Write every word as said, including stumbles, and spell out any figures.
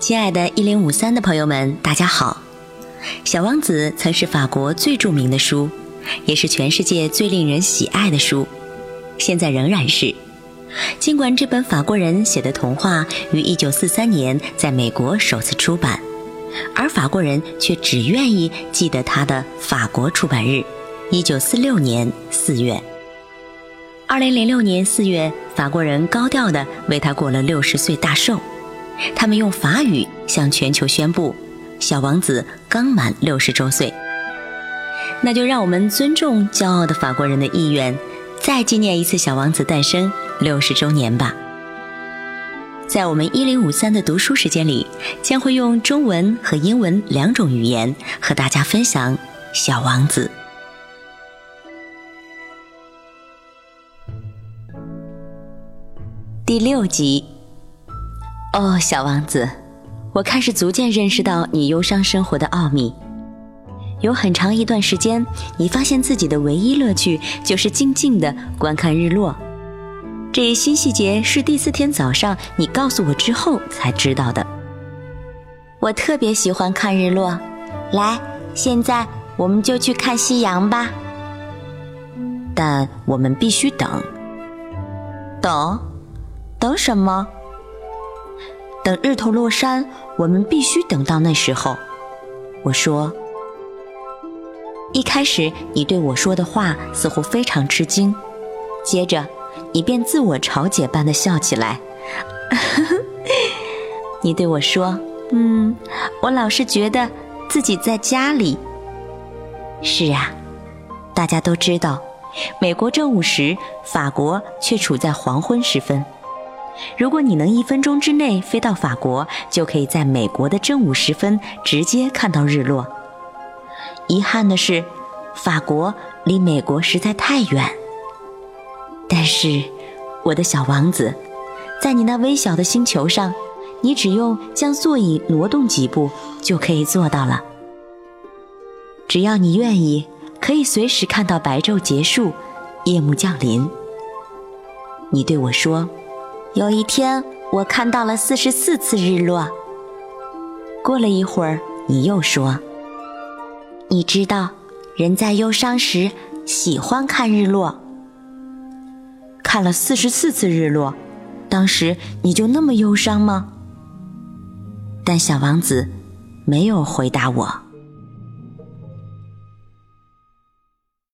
亲爱的一零五三的朋友们，大家好。小王子曾是法国最著名的书，也是全世界最令人喜爱的书，现在仍然是。尽管这本法国人写的童话于一九四三年在美国首次出版，而法国人却只愿意记得它的法国出版日一九四六年四月。二零零六年四月，法国人高调地为他过了六十岁大寿，他们用法语向全球宣布，小王子刚满六十周岁。那就让我们尊重骄傲的法国人的意愿，再纪念一次小王子诞生六十周年吧。在我们一零五三的读书时间里，将会用中文和英文两种语言和大家分享小王子。第六集。哦，小王子，我开始逐渐认识到你忧伤生活的奥秘。有很长一段时间，你发现自己的唯一乐趣就是静静地观看日落。这一新细节是第四天早上你告诉我之后才知道的。我特别喜欢看日落，来，现在我们就去看夕阳吧。但我们必须等。等？等什么？等日头落山，我们必须等到那时候。我说。一开始你对我说的话似乎非常吃惊，接着你便自我嘲解般的笑起来。你对我说，嗯，我老是觉得自己在家里。是啊，大家都知道，美国正午时，法国却处在黄昏时分。如果你能一分钟之内飞到法国，就可以在美国的正午时分直接看到日落。遗憾的是，法国离美国实在太远。但是，我的小王子，在你那微小的星球上，你只用将座椅挪动几步就可以做到了。只要你愿意，可以随时看到白昼结束，夜幕降临。你对我说，有一天我看到了四十四次日落。过了一会儿，你又说，你知道，人在忧伤时喜欢看日落。看了四十四次日落，当时你就那么忧伤吗？但小王子没有回答我。